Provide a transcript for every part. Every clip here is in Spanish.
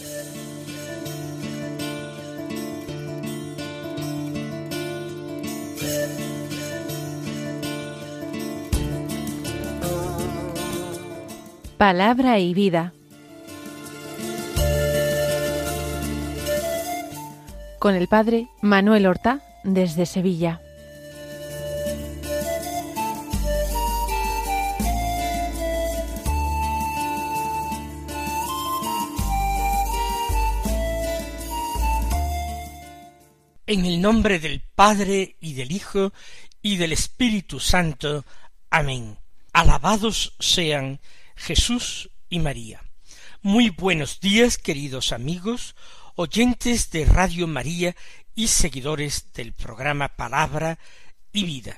Palabra y vida. Con el padre Manuel Horta, desde Sevilla. En el nombre del Padre, y del Hijo, y del Espíritu Santo. Amén. Alabados sean Jesús y María. Muy buenos días, queridos amigos, oyentes de Radio María y seguidores del programa Palabra y Vida.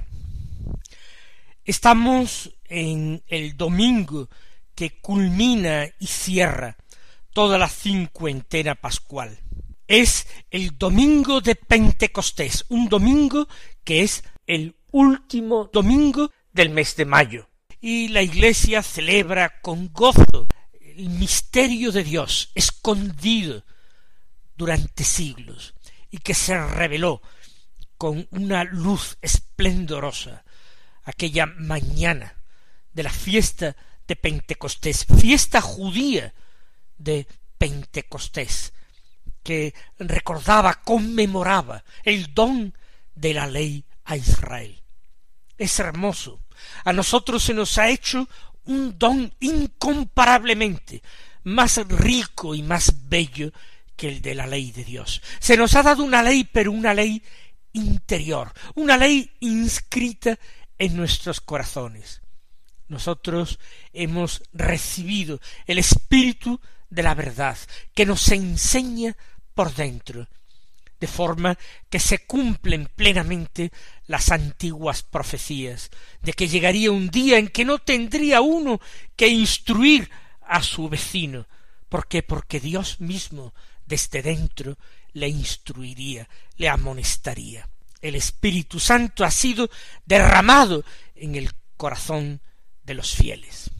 Estamos en el domingo que culmina y cierra toda la cincuentena pascual. Es el domingo de Pentecostés, un domingo que es el último domingo del mes de mayo. Y la Iglesia celebra con gozo el misterio de Dios escondido durante siglos y que se reveló con una luz esplendorosa aquella mañana de la fiesta de Pentecostés, fiesta judía de Pentecostés, que recordaba, conmemoraba el don de la ley a Israel. Es hermoso. A nosotros se nos ha hecho un don incomparablemente más rico y más bello que el de la ley de Dios. Se nos ha dado una ley, pero una ley interior, una ley inscrita en nuestros corazones. Nosotros hemos recibido el Espíritu de la verdad, que nos enseña por dentro, de forma que se cumplen plenamente las antiguas profecías, de que llegaría un día en que no tendría uno que instruir a su vecino. ¿Por qué? Porque Dios mismo desde dentro le instruiría, le amonestaría. El Espíritu Santo ha sido derramado en el corazón de los fieles.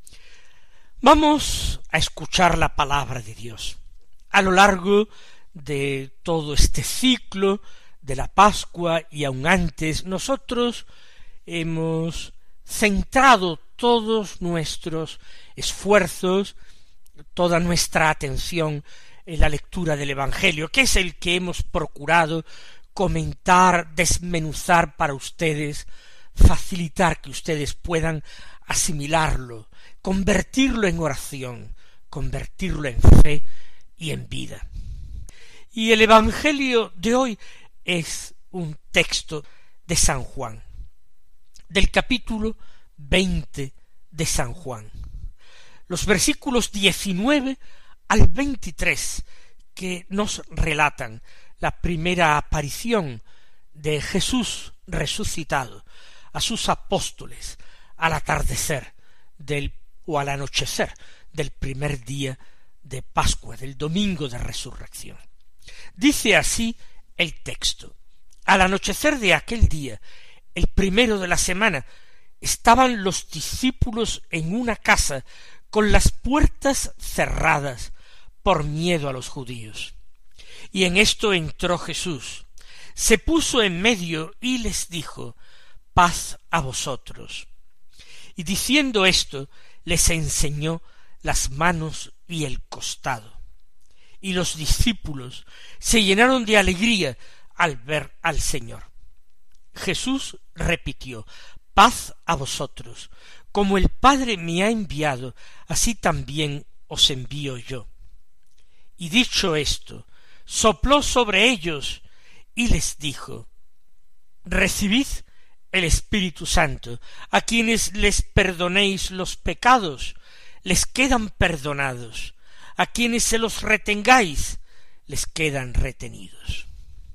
Vamos a escuchar la palabra de Dios. A lo largo de todo este ciclo de la Pascua y aun antes, nosotros hemos centrado todos nuestros esfuerzos, toda nuestra atención en la lectura del Evangelio, que es el que hemos procurado comentar, desmenuzar para ustedes, facilitar que ustedes puedan asimilarlo, convertirlo en oración, convertirlo en fe y en vida. Y el Evangelio de hoy es un texto de San Juan, del capítulo 20 de San Juan. Los versículos 19 al 23 que nos relatan la primera aparición de Jesús resucitado a sus apóstoles al atardecer o al anochecer del primer día de Pascua, del domingo de resurrección. Dice así el texto: al anochecer de aquel día, el primero de la semana, estaban los discípulos en una casa con las puertas cerradas por miedo a los judíos. Y en esto entró Jesús, se puso en medio y les dijo: paz a vosotros. Y diciendo esto, les enseñó las manos y el costado. Y los discípulos se llenaron de alegría al ver al Señor. Jesús repitió: paz a vosotros. Como el Padre me ha enviado, así también os envío yo. Y dicho esto, sopló sobre ellos y les dijo: recibid el Espíritu Santo. A quienes les perdonéis los pecados, les quedan perdonados. A quienes se los retengáis, les quedan retenidos.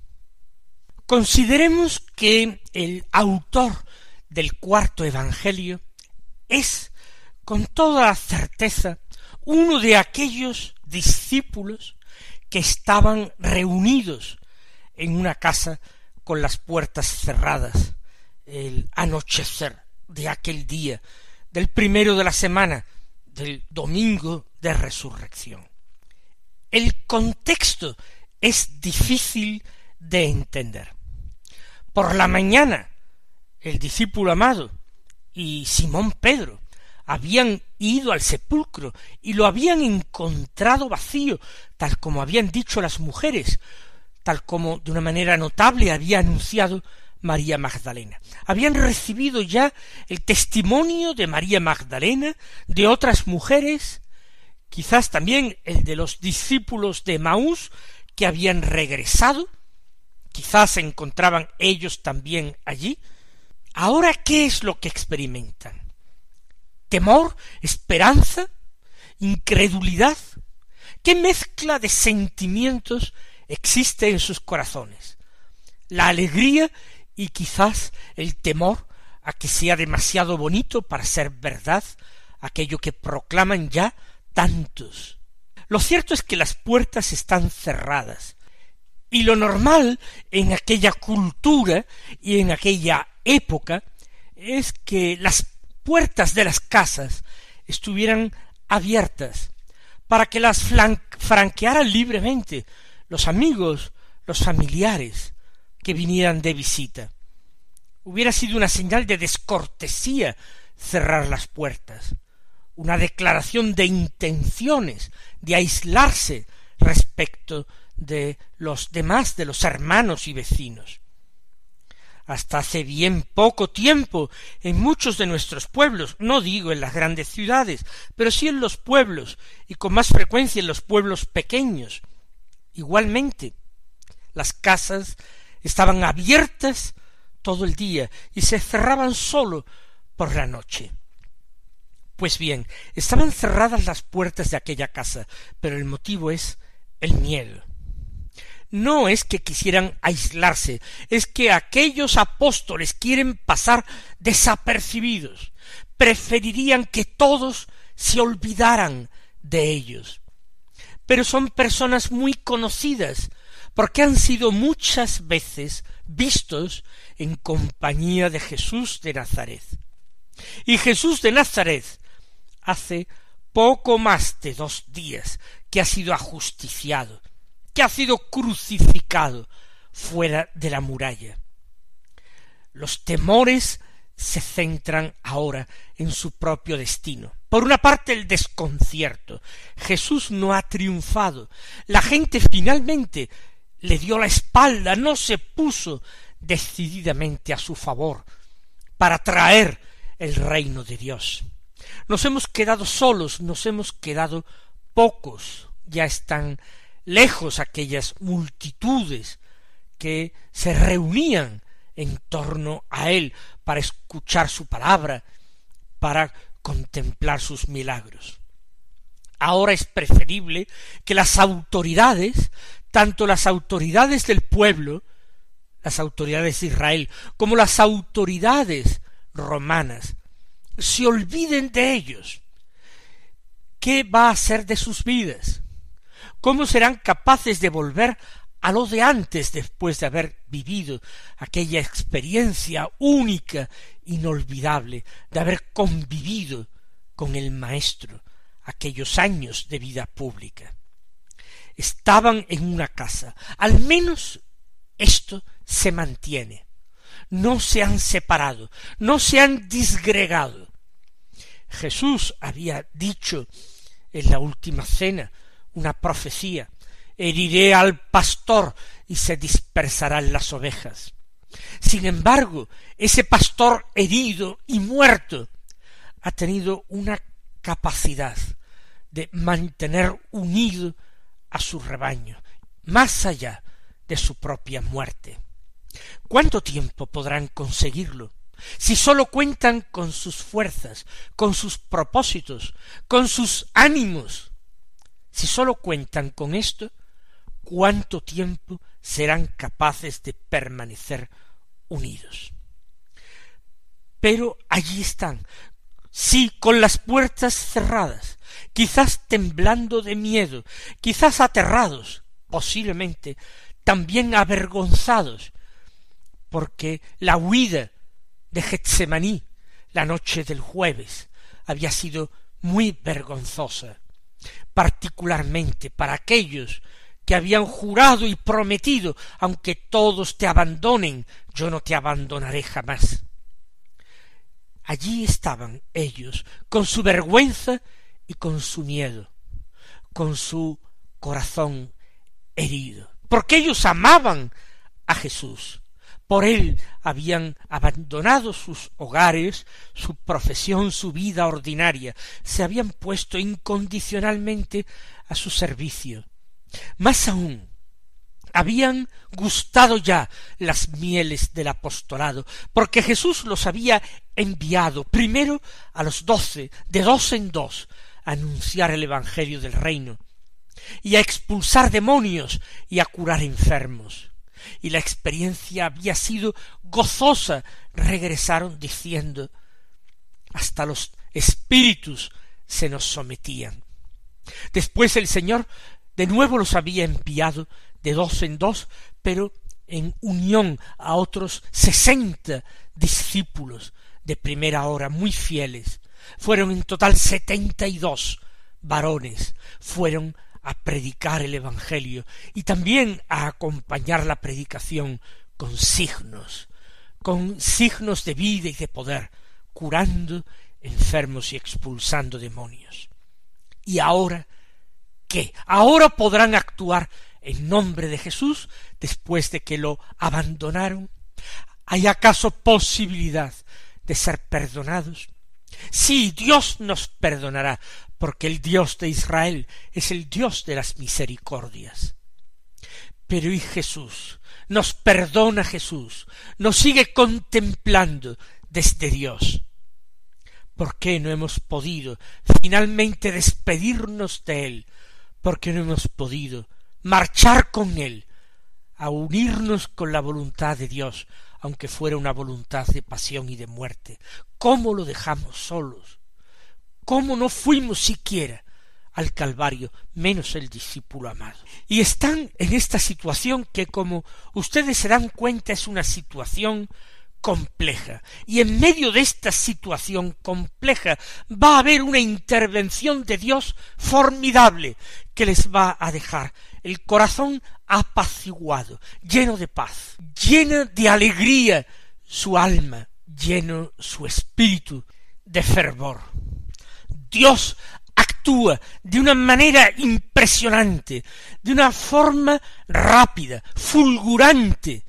Consideremos que el autor del cuarto Evangelio es, con toda certeza, uno de aquellos discípulos que estaban reunidos en una casa con las puertas cerradas el anochecer de aquel día, del primero de la semana, del domingo de resurrección. El contexto es difícil de entender. Por la mañana, el discípulo amado y Simón Pedro habían ido al sepulcro y lo habían encontrado vacío, tal como habían dicho las mujeres, tal como de una manera notable había anunciado María Magdalena. Habían recibido ya el testimonio de María Magdalena, de otras mujeres, quizás también el de los discípulos de Emaús que habían regresado, quizás se encontraban ellos también allí. Ahora, ¿qué es lo que experimentan? ¿Temor? ¿Esperanza? ¿Incredulidad? ¿Qué mezcla de sentimientos existe en sus corazones? La alegría y quizás el temor a que sea demasiado bonito para ser verdad, aquello que proclaman ya tantos. Lo cierto es que las puertas están cerradas, y lo normal en aquella cultura y en aquella época es que las puertas de las casas estuvieran abiertas para que las franquearan libremente los amigos, los familiares que vinieran de visita. Hubiera sido una señal de descortesía cerrar las puertas, una declaración de intenciones, de aislarse respecto de los demás, de los hermanos y vecinos. Hasta hace bien poco tiempo, en muchos de nuestros pueblos, no digo en las grandes ciudades, pero sí en los pueblos, y con más frecuencia en los pueblos pequeños, igualmente, las casas estaban abiertas todo el día y se cerraban sólo por la noche. Pues bien, estaban cerradas las puertas de aquella casa, pero el motivo es el miedo. No es que quisieran aislarse, es que aquellos apóstoles quieren pasar desapercibidos, preferirían que todos se olvidaran de ellos. Pero son personas muy conocidas, porque han sido muchas veces vistos en compañía de Jesús de Nazaret. Y Jesús de Nazaret hace poco más de 2 días que ha sido ajusticiado, que ha sido crucificado fuera de la muralla. Los temores se centran ahora en su propio destino. Por una parte, el desconcierto. Jesús no ha triunfado. La gente finalmente le dio la espalda, no se puso decididamente a su favor para traer el reino de Dios. Nos hemos quedado solos, nos hemos quedado pocos. Ya están lejos aquellas multitudes que se reunían en torno a él para escuchar su palabra, para contemplar sus milagros. Ahora es preferible que las autoridades, tanto las autoridades del pueblo, las autoridades de Israel, como las autoridades romanas, se olviden de ellos. ¿Qué va a ser de sus vidas? ¿Cómo serán capaces de volver a lo de antes después de haber vivido aquella experiencia única, inolvidable, de haber convivido con el Maestro aquellos años de vida pública? Estaban en una casa, al menos esto se mantiene. No se han separado, no se han disgregado. Jesús había dicho en la última cena una profecía: heriré al pastor y se dispersarán las ovejas. Sin embargo, ese pastor herido y muerto ha tenido una capacidad de mantener unido a su rebaño, más allá de su propia muerte. ¿Cuánto tiempo podrán conseguirlo? Si sólo cuentan con sus fuerzas, con sus propósitos, con sus ánimos, si sólo cuentan con esto, ¿cuánto tiempo serán capaces de permanecer unidos? Pero allí están, sí, con las puertas cerradas, quizás temblando de miedo, quizás aterrados, posiblemente también avergonzados, porque la huida de Getsemaní la noche del jueves había sido muy vergonzosa, particularmente para aquellos que habían jurado y prometido: aunque todos te abandonen, yo no te abandonaré jamás. Allí estaban ellos, con su vergüenza y con su miedo, con su corazón herido, porque ellos amaban a Jesús. Por él habían abandonado sus hogares, su profesión, su vida ordinaria, se habían puesto incondicionalmente a su servicio. Más aún, habían gustado ya las mieles del apostolado, porque Jesús los había enviado primero a los 12, de 2 en 2, a anunciar el evangelio del reino, y a expulsar demonios y a curar enfermos. Y la experiencia había sido gozosa. Regresaron diciendo: hasta los espíritus se nos sometían. Después el Señor de nuevo los había enviado de 2 en 2, pero en unión a otros 60 discípulos de primera hora, muy fieles. Fueron en total 72 varones, fueron a predicar el evangelio y también a acompañar la predicación con signos de vida y de poder, curando enfermos y expulsando demonios. ¿Y ahora qué? ¿Ahora podrán actuar en nombre de Jesús después de que lo abandonaron? ¿Hay acaso posibilidad de ser perdonados? Sí, Dios nos perdonará, porque el Dios de Israel es el Dios de las misericordias. Pero ¿y Jesús? Nos perdona Jesús, nos sigue contemplando desde Dios. ¿Por qué no hemos podido finalmente despedirnos de Él? ¿Por qué no hemos podido marchar con Él, a unirnos con la voluntad de Dios, aunque fuera una voluntad de pasión y de muerte? ¿Cómo lo dejamos solos? ¿Cómo no fuimos siquiera al Calvario, menos el discípulo amado? Y están en esta situación que, como ustedes se dan cuenta, es una situación compleja, y en medio de esta situación compleja va a haber una intervención de Dios formidable que les va a dejar el corazón apaciguado, lleno de paz, llena de alegría su alma, lleno su espíritu de fervor. Dios actúa de una manera impresionante, de una forma rápida, fulgurante.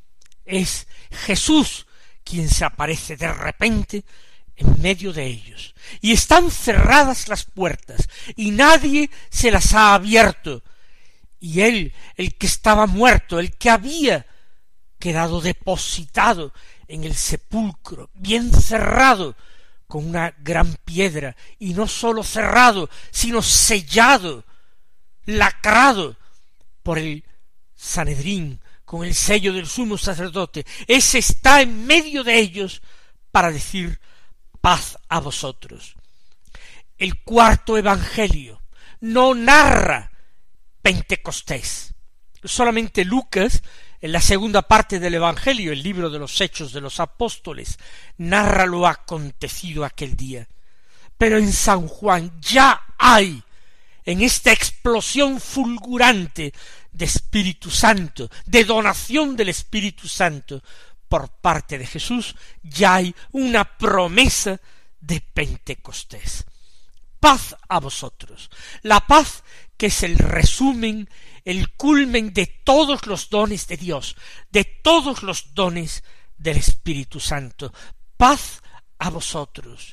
Es Jesús quien se aparece de repente en medio de ellos, y están cerradas las puertas, y nadie se las ha abierto, y él, el que estaba muerto, el que había quedado depositado en el sepulcro, bien cerrado, con una gran piedra, y no sólo cerrado, sino sellado, lacrado por el Sanedrín, con el sello del sumo sacerdote. Ese está en medio de ellos para decir: paz a vosotros. El cuarto evangelio no narra Pentecostés. Solamente Lucas, en la segunda parte del evangelio, el libro de los Hechos de los Apóstoles, narra lo acontecido aquel día. Pero en San Juan ya hay, en esta explosión fulgurante de Espíritu Santo, de donación del Espíritu Santo por parte de Jesús, ya hay una promesa de Pentecostés. Paz a vosotros. La paz que es el resumen, el culmen de todos los dones de Dios, de todos los dones del Espíritu Santo. Paz a vosotros.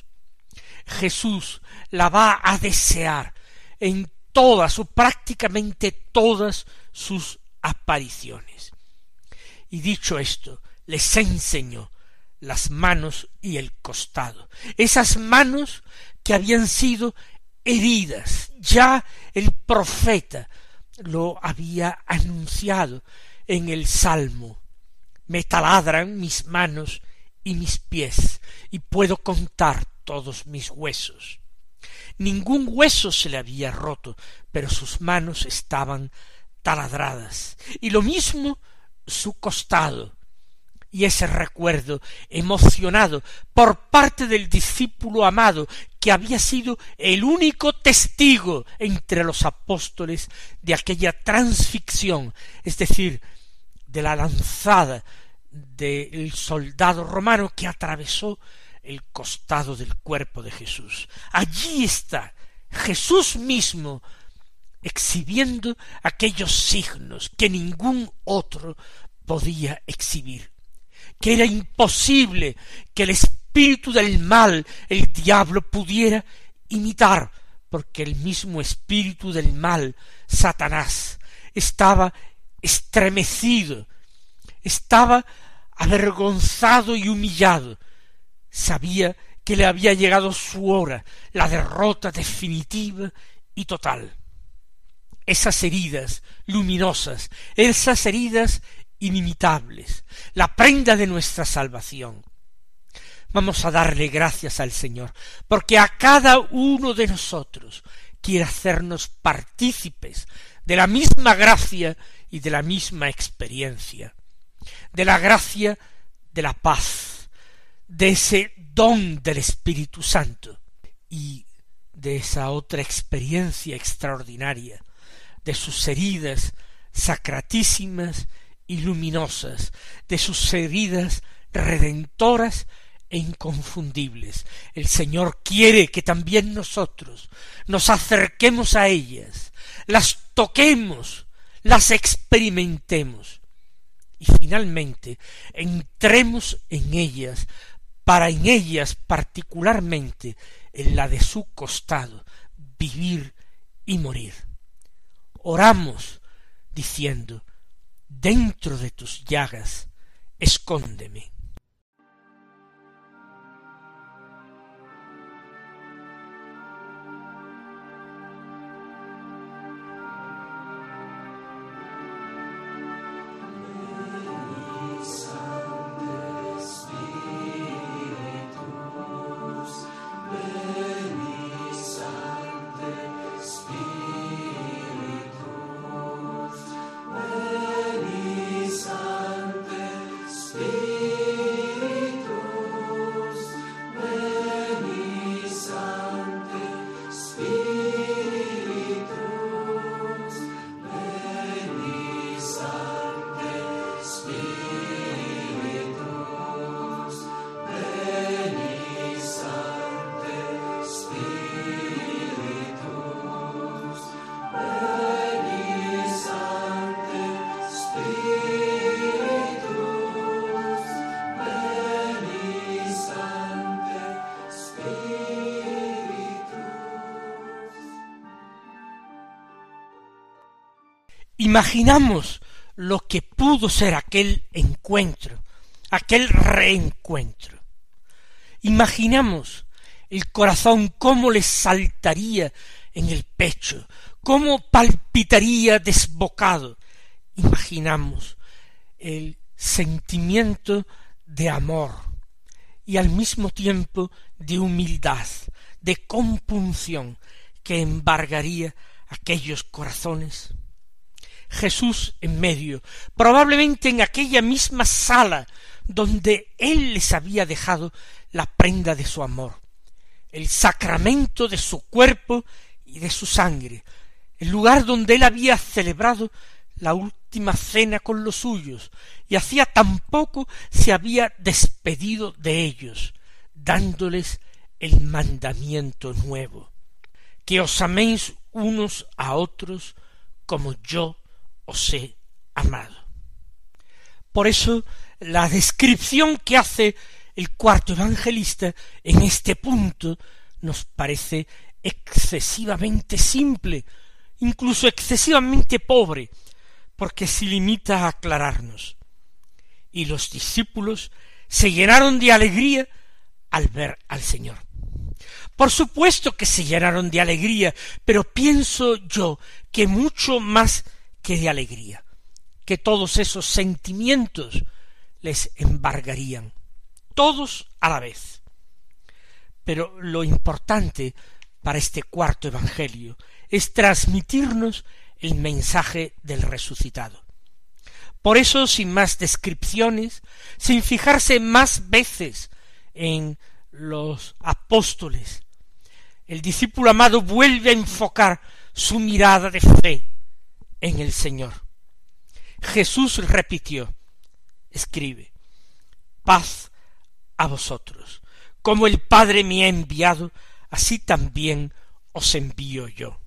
Jesús la va a desear en todas o prácticamente todas sus apariciones. Y dicho esto, les enseñó las manos y el costado, esas manos que habían sido heridas. Ya el profeta lo había anunciado en el Salmo: me taladran mis manos y mis pies, y puedo contar todos mis huesos. Ningún hueso se le había roto, pero sus manos estaban taladradas, y lo mismo su costado. Y ese recuerdo emocionado por parte del discípulo amado porque había sido el único testigo entre los apóstoles de aquella transfixión, es decir, de la lanzada del soldado romano que atravesó el costado del cuerpo de Jesús. Allí está Jesús mismo exhibiendo aquellos signos que ningún otro podía exhibir, que era imposible que el espíritu del mal, el diablo, pudiera imitar, porque el mismo espíritu del mal, Satanás, estaba estremecido, estaba avergonzado y humillado. Sabía que le había llegado su hora, la derrota definitiva y total. Esas heridas luminosas, esas heridas inimitables, la prenda de nuestra salvación. Vamos a darle gracias al Señor, porque a cada uno de nosotros quiere hacernos partícipes de la misma gracia y de la misma experiencia, de la gracia de la paz, de ese don del Espíritu Santo y de esa otra experiencia extraordinaria, de sus heridas sacratísimas y luminosas, de sus heridas redentoras e inconfundibles. El Señor quiere que también nosotros nos acerquemos a ellas, las toquemos, las experimentemos y finalmente entremos en ellas, para en ellas particularmente, en la de su costado, vivir y morir. Oramos diciendo: dentro de tus llagas, escóndeme. Imaginamos lo que pudo ser aquel encuentro, aquel reencuentro. Imaginamos el corazón cómo le saltaría en el pecho, cómo palpitaría desbocado. Imaginamos el sentimiento de amor y al mismo tiempo de humildad, de compunción que embargaría aquellos corazones. Jesús en medio, probablemente en aquella misma sala donde Él les había dejado la prenda de su amor, el sacramento de su cuerpo y de su sangre, el lugar donde Él había celebrado la última cena con los suyos, y hacía tan poco se había despedido de ellos, dándoles el mandamiento nuevo: que os améis unos a otros como yo os he amado. Por eso la descripción que hace el cuarto evangelista en este punto nos parece excesivamente simple, incluso excesivamente pobre, porque se limita a aclararnos: y los discípulos se llenaron de alegría al ver al Señor. Por supuesto que se llenaron de alegría, pero pienso yo que mucho más que de alegría, que todos esos sentimientos les embargarían, todos a la vez. Pero lo importante para este cuarto evangelio es transmitirnos el mensaje del resucitado. Por eso, sin más descripciones, sin fijarse más veces en los apóstoles, el discípulo amado vuelve a enfocar su mirada de fe en el Señor. Jesús repitió, escribe, paz a vosotros. Como el Padre me ha enviado, así también os envío yo.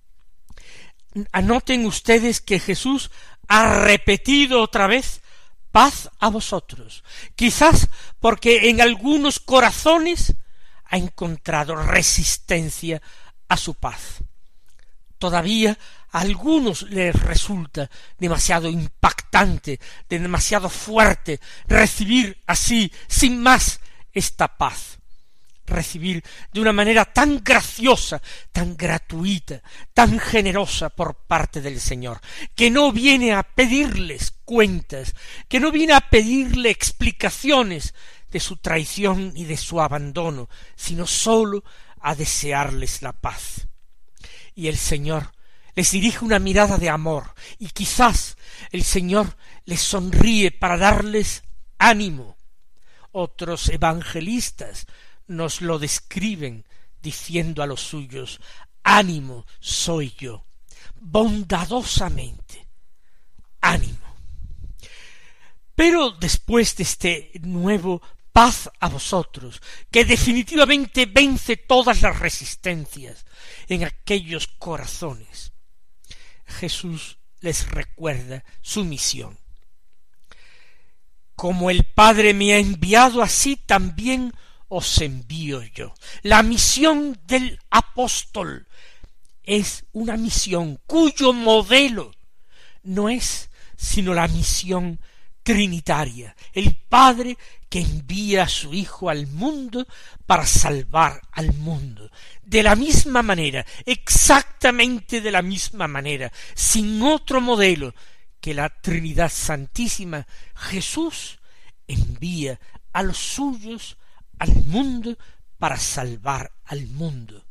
Anoten ustedes que Jesús ha repetido otra vez, paz a vosotros. Quizás porque en algunos corazones ha encontrado resistencia a su paz. Todavía a algunos les resulta demasiado impactante, demasiado fuerte recibir así, sin más, esta paz. Recibir de una manera tan graciosa, tan gratuita, tan generosa por parte del Señor, que no viene a pedirles cuentas, que no viene a pedirle explicaciones de su traición y de su abandono, sino sólo a desearles la paz. Y el Señor les dirige una mirada de amor, y quizás el Señor les sonríe para darles ánimo. Otros evangelistas nos lo describen diciendo a los suyos, ánimo soy yo, bondadosamente, ánimo. Pero después de este nuevo paz a vosotros, que definitivamente vence todas las resistencias en aquellos corazones, Jesús les recuerda su misión. Como el Padre me ha enviado, así también os envío yo. La misión del apóstol es una misión cuyo modelo no es sino la misión trinitaria, el Padre que envía a su Hijo al mundo para salvar al mundo. De la misma manera, exactamente de la misma manera, sin otro modelo que la Trinidad Santísima, Jesús envía a los suyos al mundo para salvar al mundo.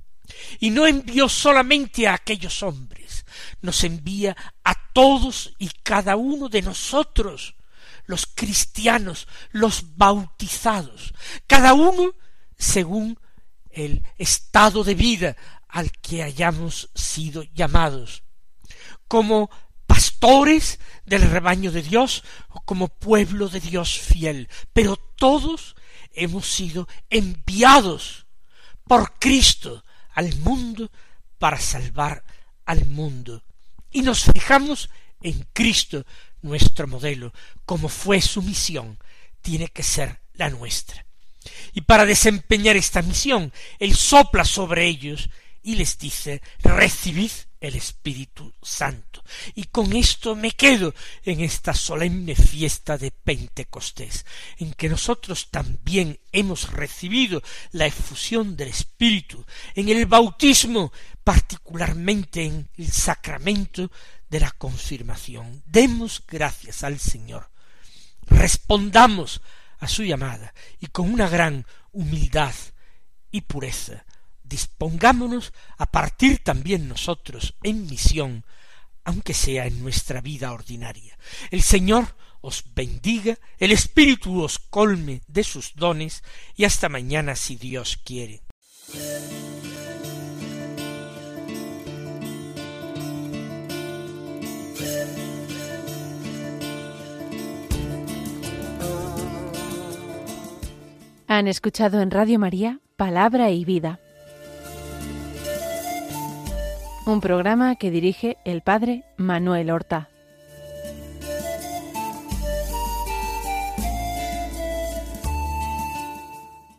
Y no envió solamente a aquellos hombres, nos envía a todos y cada uno de nosotros, los cristianos, los bautizados, cada uno según el estado de vida al que hayamos sido llamados, como pastores del rebaño de Dios o como pueblo de Dios fiel, pero todos hemos sido enviados por Cristo al mundo para salvar al mundo. Y nos fijamos en Cristo, nuestro modelo, como fue su misión, tiene que ser la nuestra. Y para desempeñar esta misión, Él sopla sobre ellos y les dice, recibid el Espíritu Santo. Y con esto me quedo en esta solemne fiesta de Pentecostés, en que nosotros también hemos recibido la efusión del Espíritu, en el bautismo, particularmente en el sacramento de la confirmación. Demos gracias al Señor, respondamos a su llamada y con una gran humildad y pureza dispongámonos a partir también nosotros en misión, aunque sea en nuestra vida ordinaria. El Señor os bendiga, el Espíritu os colme de sus dones y hasta mañana si Dios quiere. Han escuchado en Radio María Palabra y Vida, un programa que dirige el Padre Manuel Horta.